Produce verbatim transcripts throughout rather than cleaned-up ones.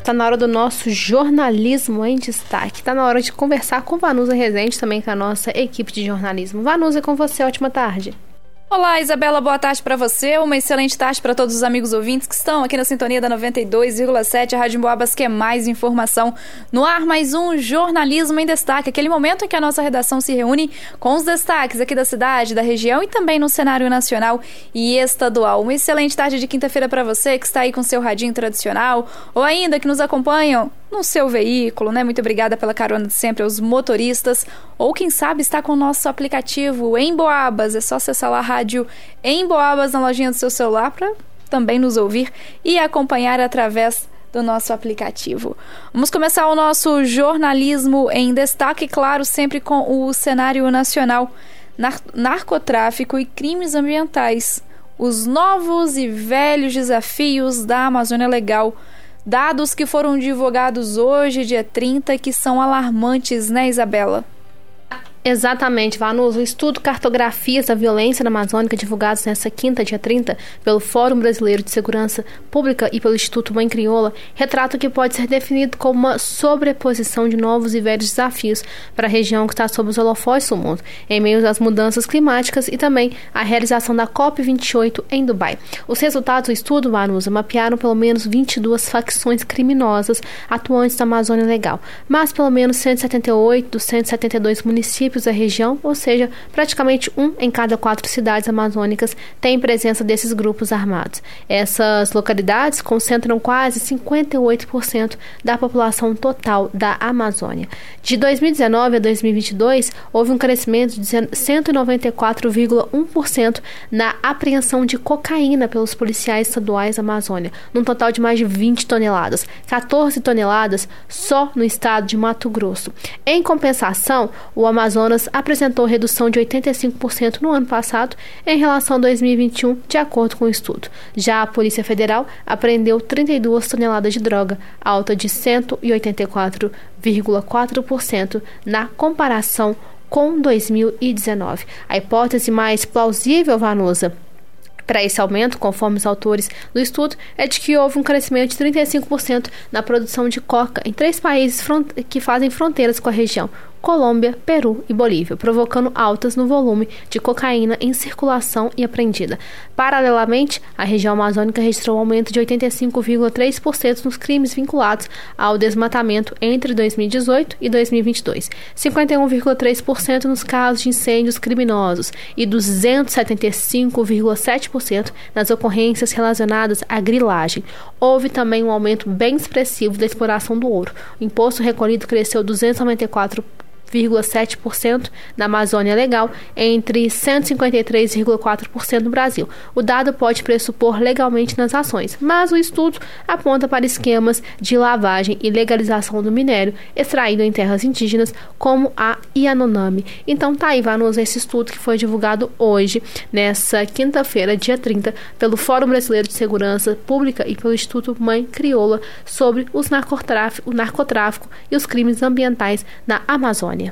está na hora do nosso jornalismo em destaque. Está na hora de conversar com Vanusa Rezende, também com a nossa equipe de jornalismo. Vanusa, é com você, ótima tarde. Olá, Isabela, boa tarde para você, uma excelente tarde para todos os amigos ouvintes que estão aqui na sintonia da noventa e dois vírgula sete, a Rádio Emboabas, que é mais informação. No ar, mais um Jornalismo em Destaque, aquele momento em que a nossa redação se reúne com os destaques aqui da cidade, da região e também no cenário nacional e estadual. Uma excelente tarde de quinta-feira para você que está aí com seu radinho tradicional ou ainda que nos acompanham no seu veículo, né? Muito obrigada pela carona de sempre aos motoristas, ou quem sabe está com o nosso aplicativo Emboabas, é só acessar lá a rádio Emboabas na lojinha do seu celular para também nos ouvir e acompanhar através do nosso aplicativo. Vamos começar o nosso jornalismo em destaque, claro, sempre com o cenário nacional, nar- narcotráfico e crimes ambientais, os novos e velhos desafios da Amazônia Legal. Dados que foram divulgados hoje, dia trinta, que são alarmantes, né, Isabela? Exatamente, Vanusa. O estudo Cartografias da Violência na Amazônica, divulgado nesta quinta, dia trinta, pelo Fórum Brasileiro de Segurança Pública e pelo Instituto Mãe Crioula, retrata o que pode ser definido como uma sobreposição de novos e velhos desafios para a região que está sob os holofotes do mundo, em meio às mudanças climáticas e também a realização da COP vinte e oito em Dubai. Os resultados do estudo, Vanusa, mapearam pelo menos vinte e duas facções criminosas atuantes na Amazônia Legal, mas pelo menos cento e setenta e oito dos cento e setenta e dois municípios da região, ou seja, praticamente um em cada quatro cidades amazônicas tem presença desses grupos armados. Essas localidades concentram quase cinquenta e oito por cento da população total da Amazônia. De dois mil e dezenove a dois mil e vinte e dois, houve um crescimento de cento e noventa e quatro vírgula um por cento na apreensão de cocaína pelos policiais estaduais da Amazônia, num total de mais de vinte toneladas, quatorze toneladas só no estado de Mato Grosso. Em compensação, o Amazonas apresentou redução de oitenta e cinco por cento no ano passado em relação a dois mil e vinte e um, de acordo com o estudo. Já a Polícia Federal apreendeu trinta e duas toneladas de droga, alta de cento e oitenta e quatro vírgula quatro por cento na comparação com dois mil e dezenove. A hipótese mais plausível, Vanusa, para esse aumento, conforme os autores do estudo, é de que houve um crescimento de trinta e cinco por cento na produção de coca em três países que fazem fronteiras com a região: Colômbia, Peru e Bolívia, provocando altas no volume de cocaína em circulação e apreendida. Paralelamente, a região amazônica registrou um aumento de oitenta e cinco vírgula três por cento nos crimes vinculados ao desmatamento entre dois mil e dezoito e dois mil e vinte e dois, cinquenta e um vírgula três por cento nos casos de incêndios criminosos e duzentos e setenta e cinco vírgula sete por cento nas ocorrências relacionadas à grilagem. Houve também um aumento bem expressivo da exploração do ouro. O imposto recolhido cresceu duzentos e noventa e quatro vírgula sete por cento na Amazônia Legal, entre cento e cinquenta e três vírgula quatro por cento no Brasil. O dado pode pressupor legalmente nas ações, mas o estudo aponta para esquemas de lavagem e legalização do minério extraído em terras indígenas, como a Yanomami. Então tá aí, Vanusa, esse estudo que foi divulgado hoje, nessa quinta-feira, dia trinta, pelo Fórum Brasileiro de Segurança Pública e pelo Instituto Mãe Crioula, sobre os narcotráfico, o narcotráfico e os crimes ambientais na Amazônia.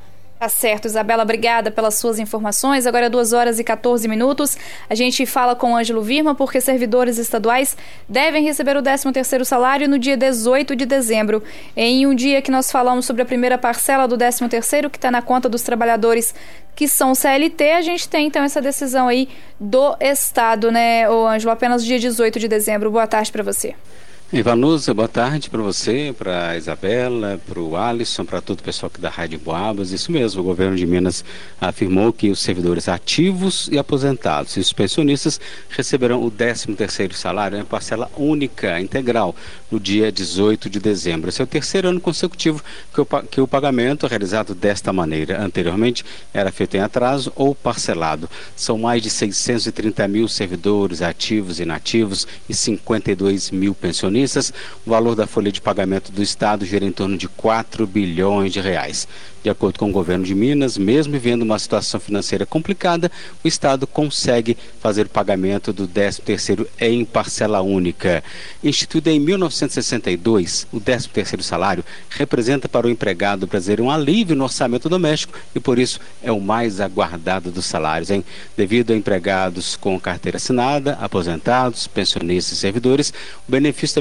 Tá certo, Isabela, obrigada pelas suas informações. Agora duas horas e quatorze minutos. A gente fala com o Ângelo Virma porque servidores estaduais devem receber o décimo terceiro salário no dia dezoito de dezembro. Em um dia que nós falamos sobre a primeira parcela do décimo terceiro, que está na conta dos trabalhadores que são C L T, a gente tem então essa decisão aí do Estado, né, ô Ângelo? Apenas dia dezoito de dezembro. Boa tarde para você. Vanusa, boa tarde para você, para a Isabela, para o Alisson, para todo o pessoal aqui da Rádio Emboabas. Isso mesmo, o governo de Minas afirmou que os servidores ativos e aposentados e os pensionistas receberão o décimo terceiro salário em parcela única, integral, no dia dezoito de dezembro. Esse é o terceiro ano consecutivo que o, que o pagamento é realizado desta maneira. Anteriormente era feito em atraso ou parcelado. São mais de seiscentos e trinta mil servidores ativos e inativos e cinquenta e dois mil pensionistas. O valor da folha de pagamento do Estado gira em torno de quatro bilhões de reais. De acordo com o governo de Minas, mesmo vivendo uma situação financeira complicada, o Estado consegue fazer o pagamento do décimo terceiro em parcela única. Instituído em mil novecentos e sessenta e dois, o décimo terceiro salário representa para o empregado brasileiro um alívio no orçamento doméstico e, por isso, é o mais aguardado dos salários, hein? Devido a empregados com carteira assinada, aposentados, pensionistas e servidores, o benefício também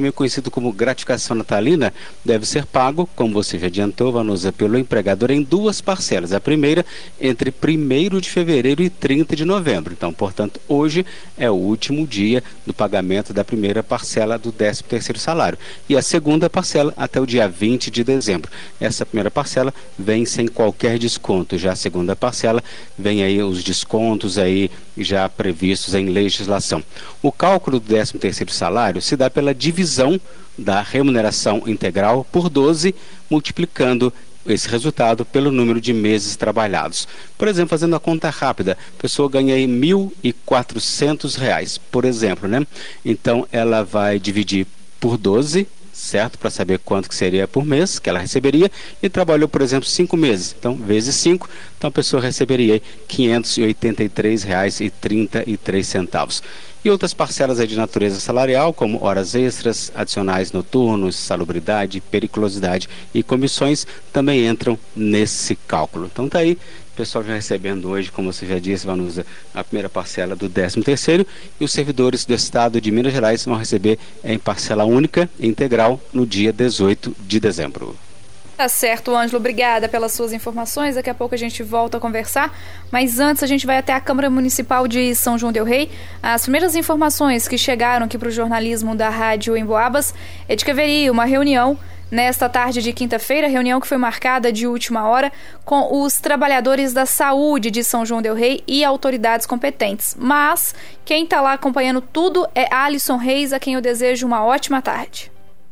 também conhecido como gratificação natalina, deve ser pago, como você já adiantou, Vanusa, pelo empregador em duas parcelas. A primeira entre primeiro de fevereiro e trinta de novembro. Então, portanto, hoje é o último dia do pagamento da primeira parcela do décimo terceiro salário. E a segunda parcela até o dia vinte de dezembro. Essa primeira parcela vem sem qualquer desconto. Já a segunda parcela vem aí os descontos aí já previstos em legislação. O cálculo do décimo terceiro salário se dá pela divisão da remuneração integral por doze, multiplicando esse resultado pelo número de meses trabalhados. Por exemplo, fazendo a conta rápida, a pessoa ganha aí mil e quatrocentos reais, por exemplo, né? Então, ela vai dividir por doze, certo? Para saber quanto que seria por mês que ela receberia, e trabalhou, por exemplo, cinco meses. Então, vezes cinco, então a pessoa receberia quinhentos e oitenta e três reais e trinta e três centavos. E outras parcelas aí de natureza salarial, como horas extras, adicionais noturnos, salubridade, periculosidade e comissões, também entram nesse cálculo. Então tá aí, o pessoal já recebendo hoje, como você já disse, Vanusa, a primeira parcela do décimo terceiro, e os servidores do Estado de Minas Gerais vão receber em parcela única e integral no dia dezoito de dezembro. Tá certo, Ângelo. Obrigada pelas suas informações. Daqui a pouco a gente volta a conversar. Mas antes a gente vai até a Câmara Municipal de São João del Rei. As primeiras informações que chegaram aqui para o jornalismo da Rádio Emboabas é de que haveria uma reunião nesta tarde de quinta-feira, reunião que foi marcada de última hora com os trabalhadores da saúde de São João del Rei e autoridades competentes. Mas quem está lá acompanhando tudo é Alisson Reis, a quem eu desejo uma ótima tarde.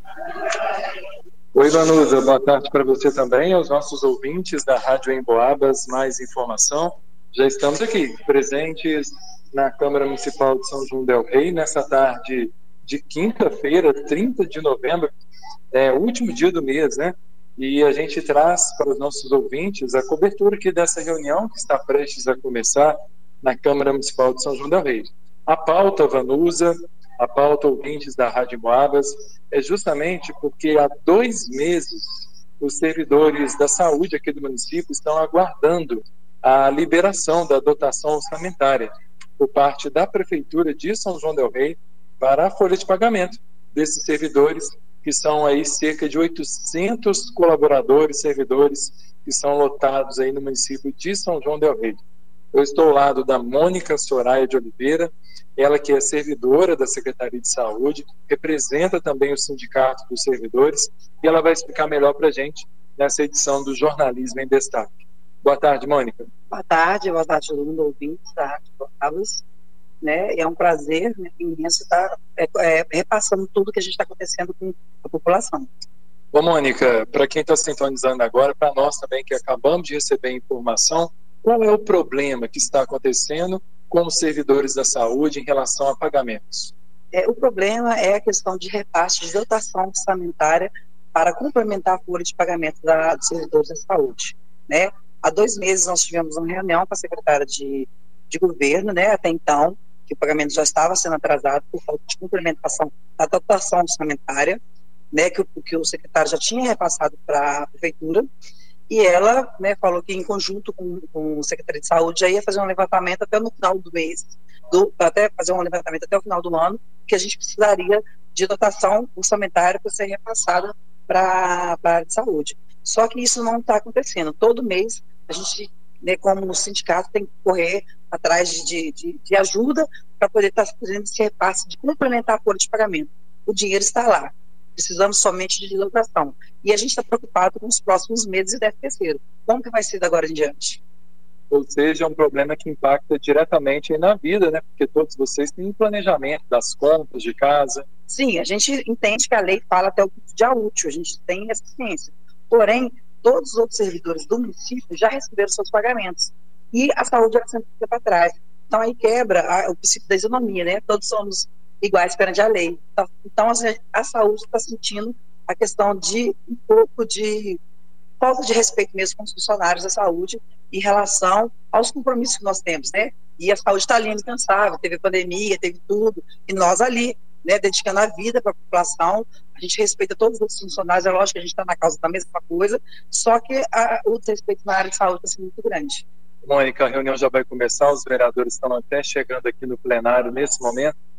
Oi, Vanusa, boa tarde para você também, aos nossos ouvintes da Rádio Emboabas, mais informação. Já estamos aqui, presentes na Câmara Municipal de São João del Rei, nessa tarde de quinta-feira, trinta de novembro, é o último dia do mês, né? E a gente traz para os nossos ouvintes a cobertura aqui dessa reunião que está prestes a começar na Câmara Municipal de São João del Rei. A pauta, Vanusa, a pauta, ouvintes da Rádio Emboabas, é justamente porque há dois meses os servidores da saúde aqui do município estão aguardando a liberação da dotação orçamentária por parte da Prefeitura de São João del Rei para a folha de pagamento desses servidores, que são aí cerca de oitocentos colaboradores, servidores que são lotados aí no município de São João del Rei. Eu estou ao lado da Mônica Soraya de Oliveira, ela que é servidora da Secretaria de Saúde, representa também o Sindicato dos Servidores, e ela vai explicar melhor para a gente nessa edição do Jornalismo em Destaque. Boa tarde, Mônica. Boa tarde, boa tarde a todo mundo ouvinte da Rádio Emboabas. Né? É um prazer, né, imenso estar é, é, repassando tudo que a gente está acontecendo com a população. Bom, Mônica, para quem está sintonizando agora, para nós também que acabamos de receber informação, qual é o problema que está acontecendo com os servidores da saúde em relação a pagamentos? É, o problema é a questão de repasse de dotação orçamentária para complementar a folha de pagamento da, dos servidores da saúde. Né? Há dois meses nós tivemos uma reunião com a secretária de, de governo, né, até então, que o pagamento já estava sendo atrasado por falta de complementação da dotação orçamentária, né, que, o, que o secretário já tinha repassado para a prefeitura, e ela, né, falou que em conjunto com, com o secretário de saúde já ia fazer um levantamento até no final do mês, do, até fazer um levantamento até o final do ano, que a gente precisaria de dotação orçamentária para ser repassada para a área de saúde. Só que isso não está acontecendo. Todo mês a gente, né, como sindicato, tem que correr atrás de, de, de ajuda para poder estar fazendo esse repasse de complementar a folha de pagamento. O dinheiro está lá. Precisamos somente de dotação. E a gente está preocupado com os próximos meses e décimo terceiro. Como que vai ser da agora em diante? Ou seja, é um problema que impacta diretamente na vida, né? Porque todos vocês têm um planejamento das contas de casa. Sim, a gente entende que a lei fala até o dia útil, a gente tem essa ciência. Porém, todos os outros servidores do município já receberam seus pagamentos. E a saúde já sempre fica para trás. Então, aí quebra a, o princípio da isonomia, né? Todos somos iguais perante a lei. Então, a, a saúde está sentindo a questão de um pouco de falta de respeito mesmo com os funcionários da saúde em relação aos compromissos que nós temos, né? E a saúde está ali indispensável, teve pandemia, teve tudo, e nós ali, né, dedicando a vida para a população, a gente respeita todos os outros funcionários, é lógico que a gente está na causa da mesma coisa, só que a, o desrespeito na área de saúde está sendo muito grande. Mônica, a reunião já vai começar, os vereadores estão até chegando aqui no plenário nesse momento.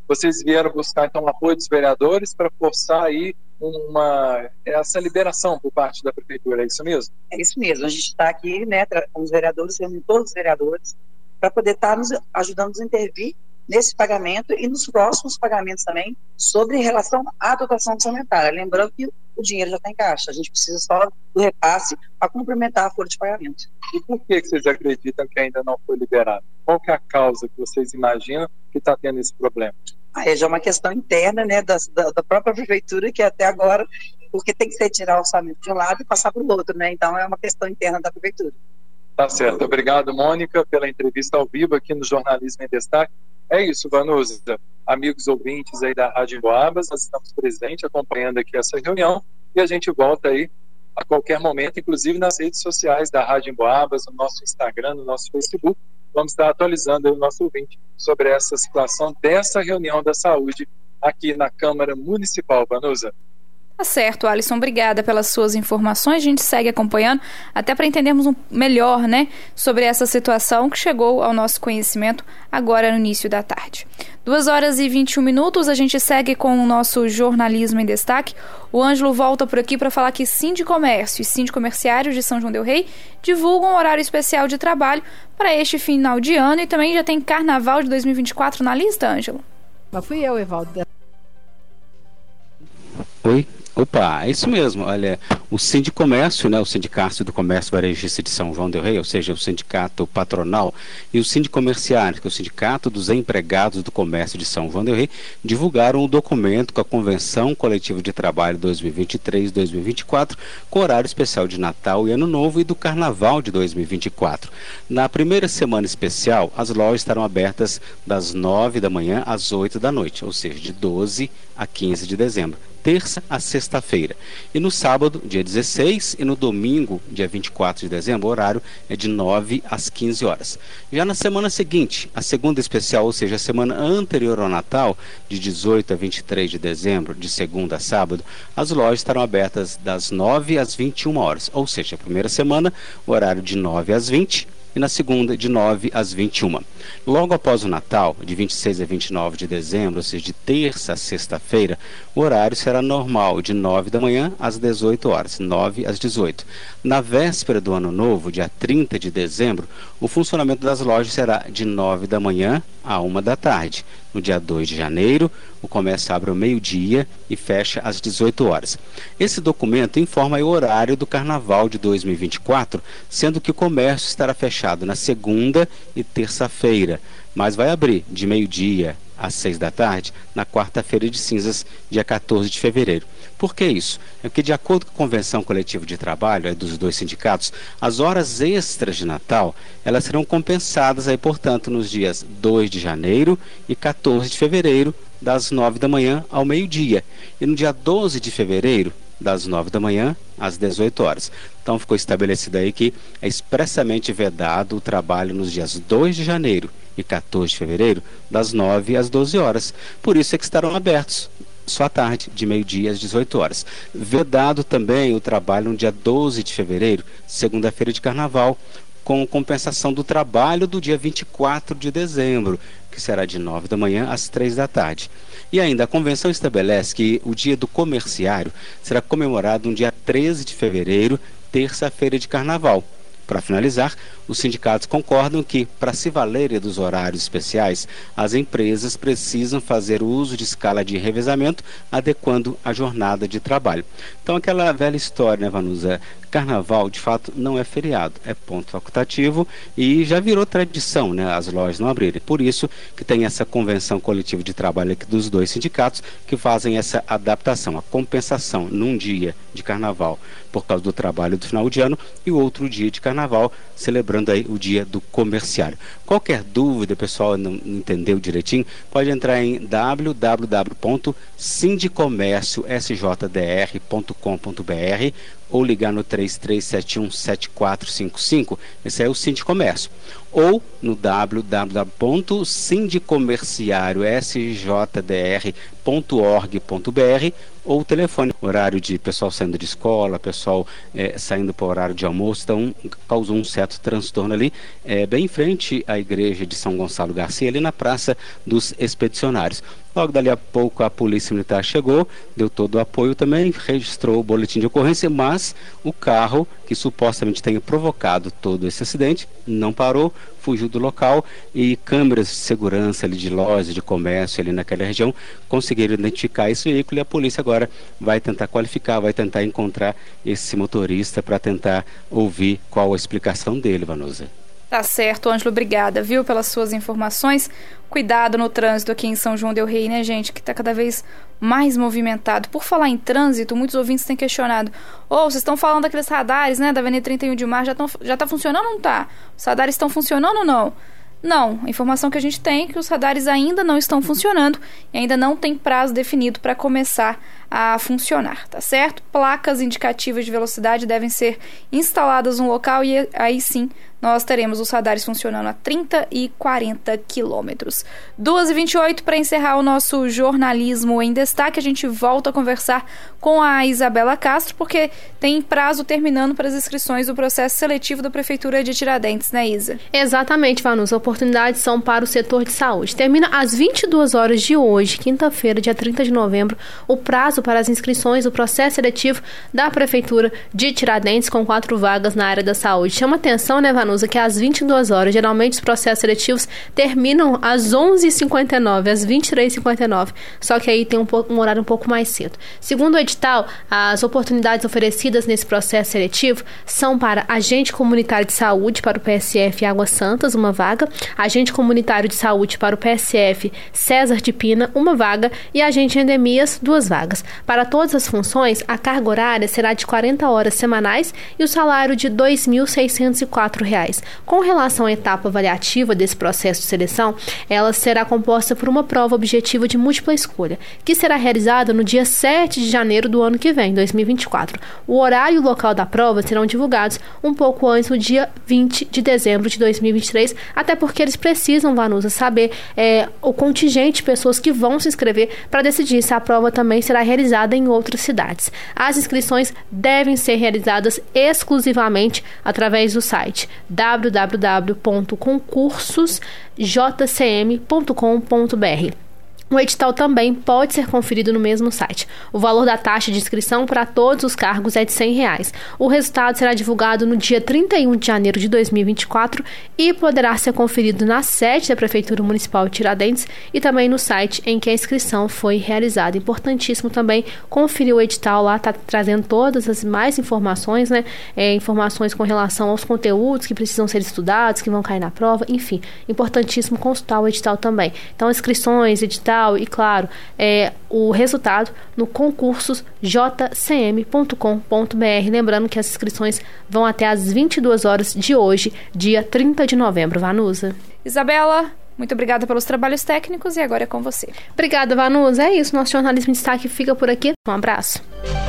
Vocês vieram buscar, então, o apoio dos vereadores para forçar aí uma, essa liberação por parte da Prefeitura, é isso mesmo? É isso mesmo, a gente está aqui, né, com os vereadores, reunindo todos os vereadores, para poder estar nos ajudando a nos intervir nesse pagamento e nos próximos pagamentos também, sobre relação à dotação orçamentária. Lembrando que o dinheiro já está em caixa, a gente precisa só do repasse para complementar a folha de pagamento. E por que vocês acreditam que ainda não foi liberado? Qual que é a causa que vocês imaginam que está tendo esse problema? Aí já é uma questão interna, né, da, da própria Prefeitura, que até agora, porque tem que ser tirar o orçamento de um lado e passar para o outro, né? Então é uma questão interna da Prefeitura. Tá certo. Obrigado, Mônica, pela entrevista ao vivo aqui no Jornalismo em Destaque. É isso, Vanusa. Amigos ouvintes aí da Rádio Emboabas, nós estamos presentes acompanhando aqui essa reunião e a gente volta aí a qualquer momento, inclusive nas redes sociais da Rádio Emboabas, no nosso Instagram, no nosso Facebook. Vamos estar atualizando aí o nosso ouvinte sobre essa situação dessa reunião da saúde aqui na Câmara Municipal, Vanusa. Tá certo, Alisson, obrigada pelas suas informações, a gente segue acompanhando, até para entendermos um melhor, né, sobre essa situação que chegou ao nosso conhecimento agora no início da tarde. duas horas e vinte e um minutos, a gente segue com o nosso Jornalismo em Destaque. O Ângelo volta por aqui para falar que Sindicomércio e Sindicomerciários de São João del Rei divulgam um horário especial de trabalho para este final de ano e também já tem Carnaval de dois mil e vinte e quatro na lista, Ângelo? Mas fui eu, Evaldo. Oi? Opa, é isso mesmo. Olha, o Sindicomércio, né, o Sindicato do Comércio Varejista de São João del Rei, ou seja, o sindicato patronal, e o Sindicomerciário, que é o Sindicato dos Empregados do Comércio de São João del Rei, divulgaram um documento com a Convenção Coletiva de Trabalho dois mil e vinte e três dois mil e vinte e quatro, com horário especial de Natal e Ano Novo e do Carnaval de dois mil e vinte e quatro. Na primeira semana especial, as lojas estarão abertas das nove da manhã às oito da noite, ou seja, de doze a quinze de dezembro. Terça a sexta-feira. E no sábado, dia dezesseis, e no domingo, dia vinte e quatro de dezembro, o horário é de nove às quinze horas. Já na semana seguinte, a segunda especial, ou seja, a semana anterior ao Natal, de dezoito a vinte e três de dezembro, de segunda a sábado, as lojas estarão abertas das nove às vinte e uma horas. Ou seja, a primeira semana, o horário de nove às vinte e na segunda, de nove às vinte e uma. Logo após o Natal, de vinte e seis a vinte e nove de dezembro, ou seja, de terça a sexta-feira, o horário será normal, de nove da manhã às dezoito horas, nove às dezoito. Na véspera do Ano Novo, dia trinta de dezembro, o funcionamento das lojas será de nove da manhã a uma da tarde. No dia dois de janeiro, o comércio abre ao meio-dia e fecha às dezoito horas. Esse documento informa o horário do Carnaval de dois mil e vinte e quatro, sendo que o comércio estará fechado na segunda e terça-feira, mas vai abrir de meio-dia às seis da tarde na quarta-feira de cinzas, dia quatorze de fevereiro. Por que isso? É porque, de acordo com a Convenção Coletiva de Trabalho é, dos dois sindicatos, as horas extras de Natal, elas serão compensadas aí, portanto, nos dias dois de janeiro e quatorze de fevereiro, das nove da manhã ao meio-dia. E no dia doze de fevereiro, das nove da manhã às dezoito horas. Então ficou estabelecido aí que é expressamente vedado o trabalho nos dias dois de janeiro e quatorze de fevereiro, das nove às doze horas. Por isso é que estarão abertos só à tarde, de meio-dia às dezoito horas. Vedado também o trabalho no dia doze de fevereiro, segunda-feira de Carnaval, com compensação do trabalho do dia vinte e quatro de dezembro, que será de nove da manhã às três da tarde. E ainda a convenção estabelece que o dia do comerciário será comemorado no dia treze de fevereiro, terça-feira de Carnaval. Para finalizar, os sindicatos concordam que, para se valerem dos horários especiais, as empresas precisam fazer uso de escala de revezamento, adequando a jornada de trabalho. Então, aquela velha história, né, Vanusa? Carnaval, de fato, não é feriado, é ponto facultativo e já virou tradição, né, as lojas não abrirem. Por isso que tem essa convenção coletiva de trabalho aqui dos dois sindicatos que fazem essa adaptação, a compensação num dia de Carnaval por causa do trabalho do final de ano e o outro dia de Carnaval, celebrando aí o dia do comerciário. Qualquer dúvida, pessoal, não entendeu direitinho, pode entrar em w w w ponto sindicomércio s j d r ponto com ponto b r ou ligar no três três sete um sete quatro cinco cinco, esse é o Sindicomércio, ou no w w w ponto sindicomerciário s j d r ponto org ponto b r ou o telefone, horário de pessoal saindo de escola, pessoal é, saindo para o horário de almoço, então causou um certo transtorno ali, é, bem em frente à igreja de São Gonçalo Garcia, ali na Praça dos Expedicionários. Logo dali a pouco a Polícia Militar chegou, deu todo o apoio também, registrou o boletim de ocorrência, mas o carro que supostamente tenha provocado todo esse acidente não parou, fugiu do local e câmeras de segurança ali de lojas, de comércio ali naquela região conseguiram identificar esse veículo e a polícia agora vai tentar qualificar, vai tentar encontrar esse motorista para tentar ouvir qual a explicação dele, Vanusa. Tá certo, Ângelo, obrigada, viu, pelas suas informações. Cuidado no trânsito aqui em São João del Rei, né, gente, que tá cada vez mais movimentado. Por falar em trânsito, muitos ouvintes têm questionado: ô, oh, vocês estão falando daqueles radares, né, da Avenida trinta e um de Março, já, tão, já tá funcionando ou não tá? Os radares estão funcionando ou não? Não, a informação que a gente tem é que os radares ainda não estão funcionando e ainda não tem prazo definido para começar a funcionar, tá certo? Placas indicativas de velocidade devem ser instaladas no local e aí sim nós teremos os radares funcionando a trinta e quarenta quilômetros. duas e vinte e oito, para encerrar o nosso jornalismo em destaque, a gente volta a conversar com a Isabela Castro, porque tem prazo terminando para as inscrições do processo seletivo da Prefeitura de Tiradentes, né, Isa? Exatamente, Vanusa. Oportunidades são para o setor de saúde. Termina às vinte e duas horas de hoje, quinta-feira, dia trinta de novembro, o prazo para as inscrições do processo seletivo da Prefeitura de Tiradentes, com quatro vagas na área da saúde. Chama atenção, né, Vanusa, que às vinte e duas horas, geralmente os processos seletivos terminam às onze e cinquenta e nove, às vinte e três e cinquenta e nove, só que aí tem um, um horário um pouco mais cedo. Segundo o edital, as oportunidades oferecidas nesse processo seletivo são para agente comunitário de saúde para o P S F Águas Santas, uma vaga, agente comunitário de saúde para o P S F César de Pina, uma vaga, e agente de endemias, duas vagas. Para todas as funções, a carga horária será de quarenta horas semanais e o salário de dois mil seiscentos e quatro reais. Com relação à etapa avaliativa desse processo de seleção, ela será composta por uma prova objetiva de múltipla escolha, que será realizada no dia sete de janeiro do ano que vem, dois mil e vinte e quatro. O horário e o local da prova serão divulgados um pouco antes, no dia vinte de dezembro de dois mil e vinte e três, até porque eles precisam, Vanusa, saber é, o contingente de pessoas que vão se inscrever para decidir se a prova também será realizada em outras cidades. As inscrições devem ser realizadas exclusivamente através do site w w w ponto concursos j c m ponto com ponto b r. O edital também pode ser conferido no mesmo site. O valor da taxa de inscrição para todos os cargos é de cem reais. O resultado será divulgado no dia trinta e um de janeiro de dois mil e vinte e quatro e poderá ser conferido na sede da Prefeitura Municipal de Tiradentes e também no site em que a inscrição foi realizada. Importantíssimo também conferir o edital lá, está trazendo todas as mais informações, né? É, informações com relação aos conteúdos que precisam ser estudados, que vão cair na prova, enfim. Importantíssimo consultar o edital também. Então, inscrições, edital e, claro, é, o resultado no concursos j c m ponto com ponto b r. Lembrando que as inscrições vão até às vinte e duas horas de hoje, dia trinta de novembro. Vanusa. Isabela, muito obrigada pelos trabalhos técnicos e agora é com você. Obrigada, Vanusa. É isso, nosso jornalismo em destaque fica por aqui. Um abraço.